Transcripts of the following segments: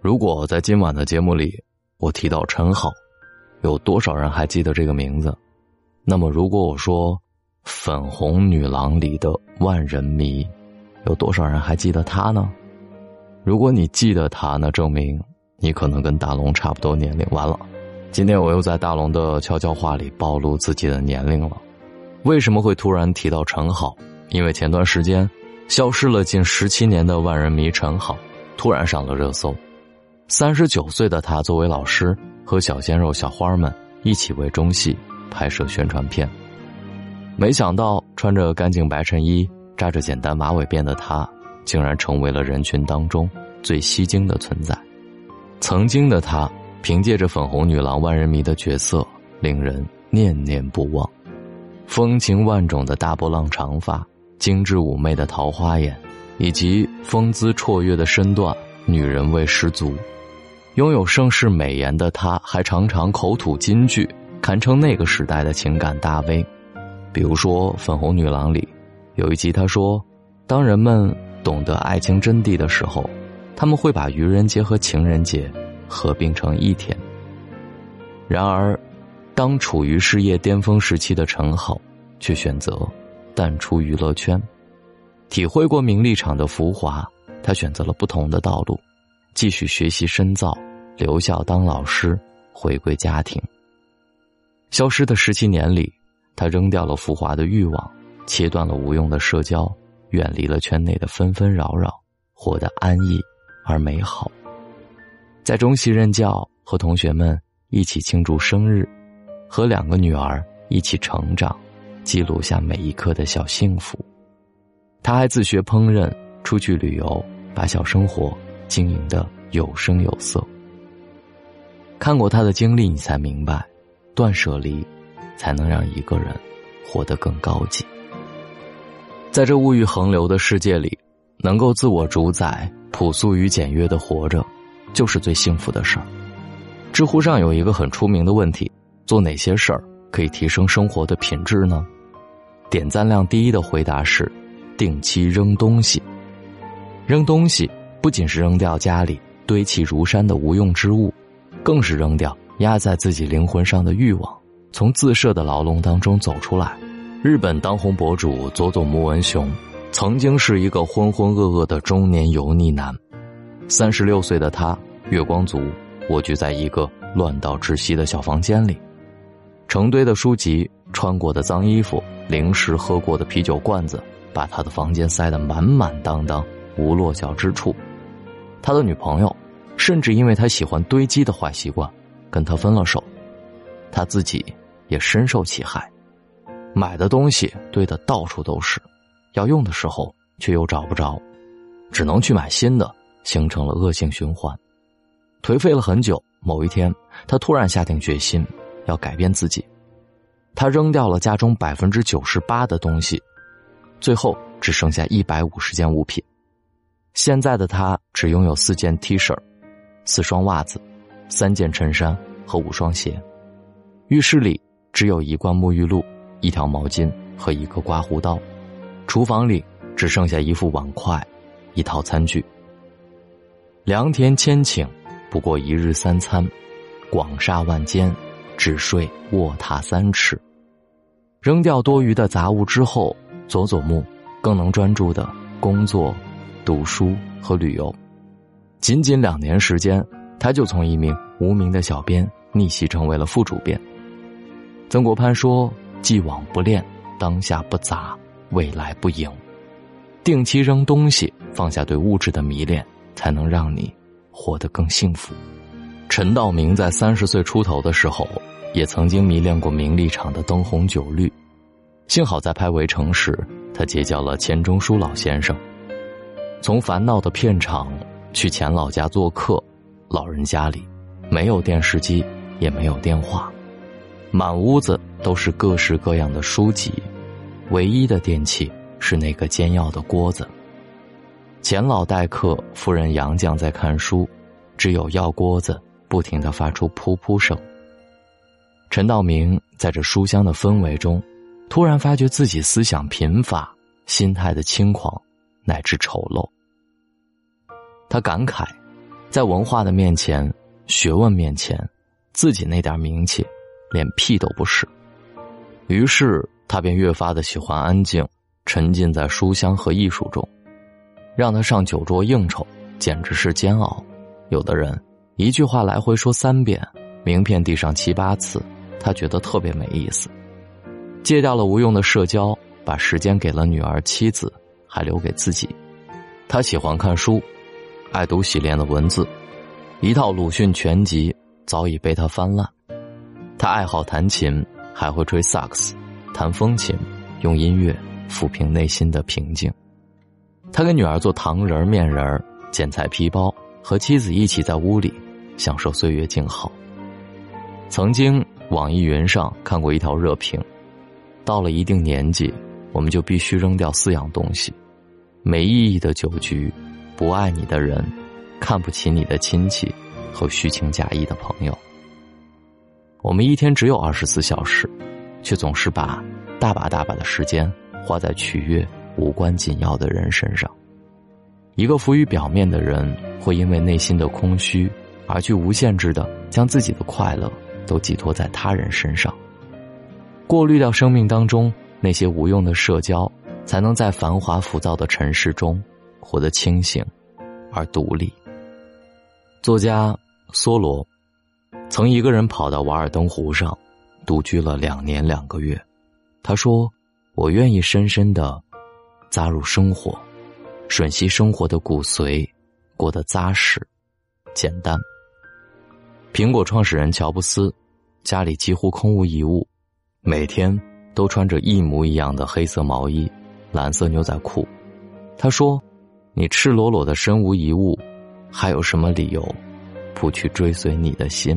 如果在今晚的节目里我提到陈好，有多少人还记得这个名字？那么如果我说粉红女郎里的万人迷，有多少人还记得她呢？如果你记得她，那证明你可能跟大龙差不多年龄。完了，今天我又在大龙的悄悄话里暴露自己的年龄了。为什么会突然提到陈好？因为前段时间消失了近17年的万人迷陈好突然上了热搜。39岁的他作为老师，和小鲜肉小花们一起为中戏拍摄宣传片。没想到穿着干净白衬衣，扎着简单马尾辫的他，竟然成为了人群当中最吸睛的存在。曾经的他凭借着粉红女郎万人迷的角色，令人念念不忘。风情万种的大波浪长发，精致妩媚的桃花眼，以及风姿绰约的身段，女人味十足。拥有盛世美颜的他，还常常口吐金句，堪称那个时代的情感大 V。 比如说《粉红女郎》里有一集他说，当人们懂得爱情真谛的时候，他们会把愚人节和情人节合并成一天。然而当处于事业巅峰时期的陈好，却选择淡出娱乐圈。体会过名利场的浮华，他选择了不同的道路，继续学习深造，留校当老师，回归家庭。消失的17年里，他扔掉了浮华的欲望，切断了无用的社交，远离了圈内的纷纷扰扰，活得安逸而美好。在中戏任教，和同学们一起庆祝生日，和2个女儿一起成长，记录下每一刻的小幸福。他还自学烹饪，出去旅游，把小生活经营得有声有色。看过他的经历，你才明白，断舍离才能让一个人活得更高级。在这物欲横流的世界里，能够自我主宰，朴素与简约地活着，就是最幸福的事儿。知乎上有一个很出名的问题，做哪些事儿可以提升生活的品质呢？点赞量第一的回答是定期扔东西。扔东西不仅是扔掉家里堆砌如山的无用之物，更是扔掉压在自己灵魂上的欲望，从自设的牢笼当中走出来。日本当红博主佐佐木文雄曾经是一个浑浑噩噩的中年油腻男。36岁的他月光族，蜗居在一个乱到窒息的小房间里，成堆的书籍，穿过的脏衣服，零食喝过的啤酒罐子，把他的房间塞得满满当当，无落脚之处。他的女朋友甚至因为他喜欢堆积的坏习惯跟他分了手，他自己也深受其害。买的东西堆得到处都是，要用的时候却又找不着，只能去买新的，形成了恶性循环。颓废了很久，某一天他突然下定决心要改变自己。他扔掉了家中98%的东西，最后只剩下150件物品。现在的他只拥有4件 T 恤、4双袜子、3件衬衫和5双鞋。浴室里只有1罐沐浴露、1条毛巾和1个刮胡刀。厨房里只剩下1副碗筷、1套餐具。良田千顷，不过1日3餐，广厦万间，只睡卧榻3尺。扔掉多余的杂物之后，佐佐木更能专注的工作、读书和旅游。仅仅2年时间，他就从一名无名的小编逆袭成为了副主编。曾国藩说，既往不恋，当下不杂，未来不迎。定期扔东西，放下对物质的迷恋，才能让你活得更幸福。陈道明在30岁出头的时候，也曾经迷恋过名利场的灯红酒绿。幸好在拍《围城》时，他结交了钱钟书老先生。从烦恼的片场去钱老家做客，老人家里没有电视机，也没有电话，满屋子都是各式各样的书籍，唯一的电器是那个煎药的锅子。钱老待客，夫人杨绛在看书，只有药锅子不停地发出噗噗声。陈道明在这书香的氛围中，突然发觉自己思想贫乏，心态的轻狂乃至丑陋。他感慨， 在文化的面前，学问面前，自己那点名气连屁都不是。于是他便越发的喜欢安静，沉浸在书香和艺术中。让他上酒桌应酬简直是煎熬，有的人一句话来回说3遍，名片递上7、8次，他觉得特别没意思。戒掉了无用的社交，把时间给了女儿妻子，还留给自己。他喜欢看书，爱读洗练的文字，一套鲁迅全集早已被他翻烂。他爱好弹琴，还会吹萨克斯，弹风琴，用音乐抚平内心的平静。他给女儿做糖人、面人，剪裁皮包，和妻子一起在屋里享受岁月静好。曾经网易云上看过一条热评，到了一定年纪，我们就必须扔掉4样东西：没意义的酒局，不爱你的人，看不起你的亲戚，和虚情假意的朋友。我们一天只有24小时，却总是把大把的时间花在取悦无关紧要的人身上。一个浮于表面的人，会因为内心的空虚而去无限制地将自己的快乐都寄托在他人身上。过滤掉生命当中那些无用的社交，才能在繁华浮躁的尘世中活得清醒而独立。作家梭罗曾一个人跑到瓦尔登湖上独居了2年2个月。他说，我愿意深深地扎入生活，吮吸生活的骨髓，过得扎实简单。苹果创始人乔布斯家里几乎空无一物，每天都穿着一模一样的黑色毛衣、蓝色牛仔裤。他说，你赤裸裸的身无一物，还有什么理由不去追随你的心？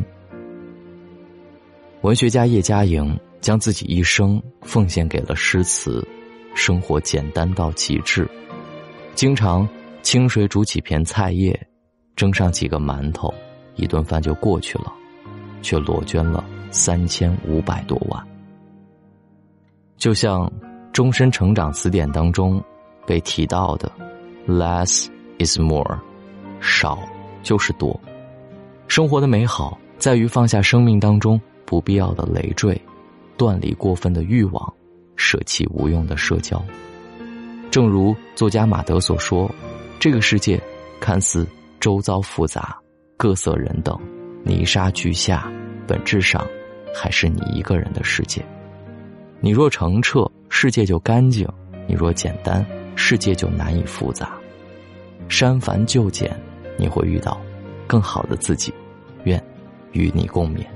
文学家叶嘉莹将自己一生奉献给了诗词，生活简单到极致，经常清水煮几片菜叶，蒸上几个馒头，一顿饭就过去了，却裸捐了3500多万。就像终身成长词典当中被提到的 Less is more， 少就是多。生活的美好在于放下生命当中不必要的累赘，断离过分的欲望，舍弃无用的社交。正如作家马德所说，这个世界看似周遭复杂，各色人等，泥沙俱下，本质上还是你一个人的世界。你若澄澈，世界就干净；你若简单，世界就难以复杂。删繁就简，你会遇到更好的自己。愿与你共勉。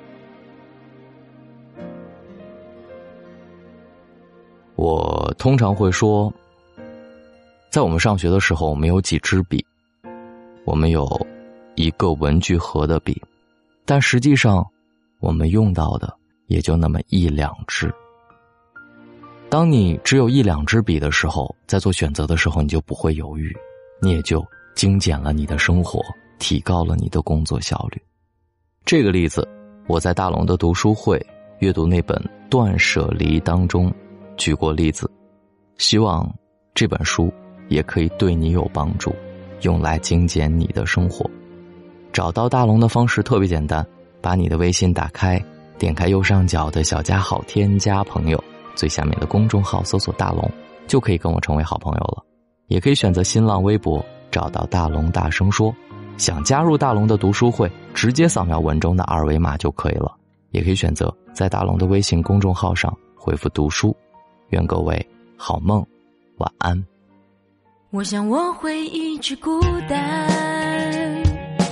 我通常会说，在我们上学的时候，我们有几支笔，我们有一个文具盒的笔，但实际上我们用到的也就那么1、2支。当你只有1、2支笔的时候，在做选择的时候，你就不会犹豫，你也就精简了你的生活，提高了你的工作效率。这个例子我在大龙的读书会阅读那本《断舍离》当中举过例子，希望这本书也可以对你有帮助，用来精简你的生活。找到大龙的方式特别简单，把你的微信打开，点开右上角的小加号，添加朋友，最下面的公众号搜索大龙，就可以跟我成为好朋友了。也可以选择新浪微博找到大龙大声说。想加入大龙的读书会，直接扫描文中的2维码就可以了。也可以选择在大龙的微信公众号上回复读书。愿各位好梦，晚安。 我想我会一直孤单，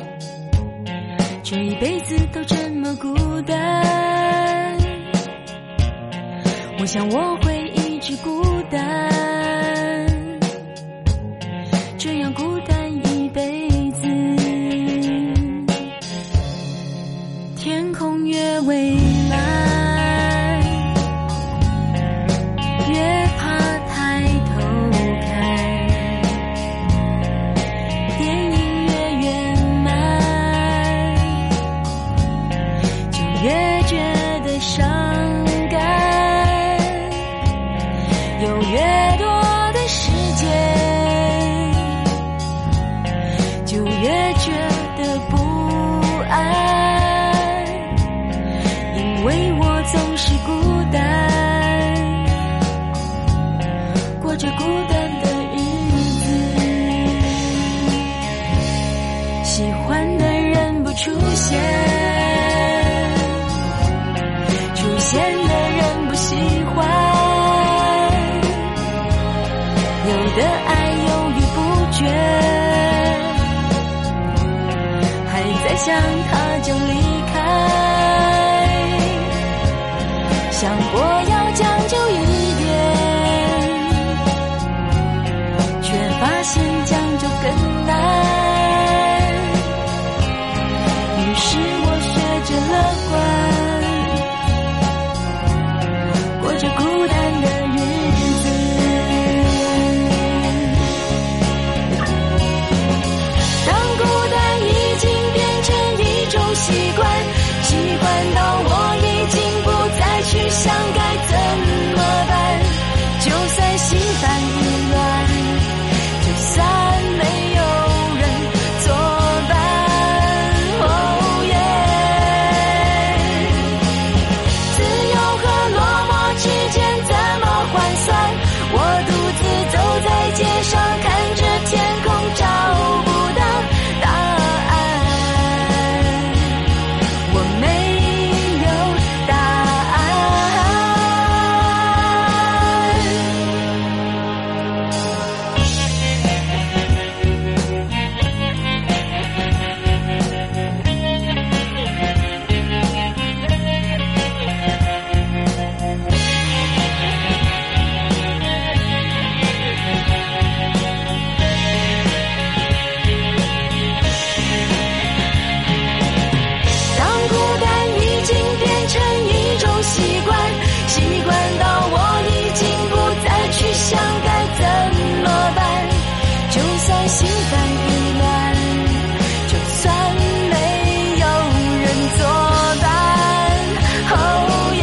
这一辈子都这么孤单。我想我会一直孤单，这样孤单一辈子。天空越蔚蓝，越怕抬头看，电影越圆满，就越觉得伤感。有越多的时间想他就离开，想过要将就一点，却发现将就更难。于是我学着乐观，过着孤单的日子。当孤单已经变成一种习惯，习惯到我已经不再去想该怎么办。就算心烦意乱，就算没有人作伴，哦耶！自由和落寞之间怎么换算？我独自走在街上，看着天空，找不到答案。我没有答案。当孤单已经变成一种习惯，习惯到我已经不再去想该怎么办。就算心烦意乱，就算没有人作伴，哦耶！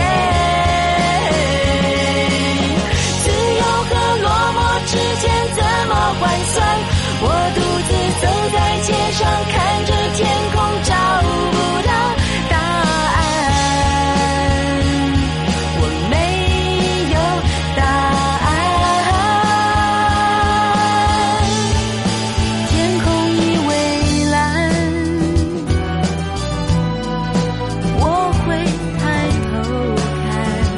自由和落寞之间怎么换算？我独自走在街上，看着天空，找不到答案。我没有答案。天空已蔚蓝，我会抬头看，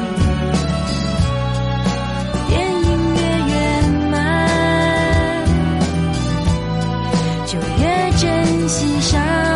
电影越圆满，就越珍惜伤。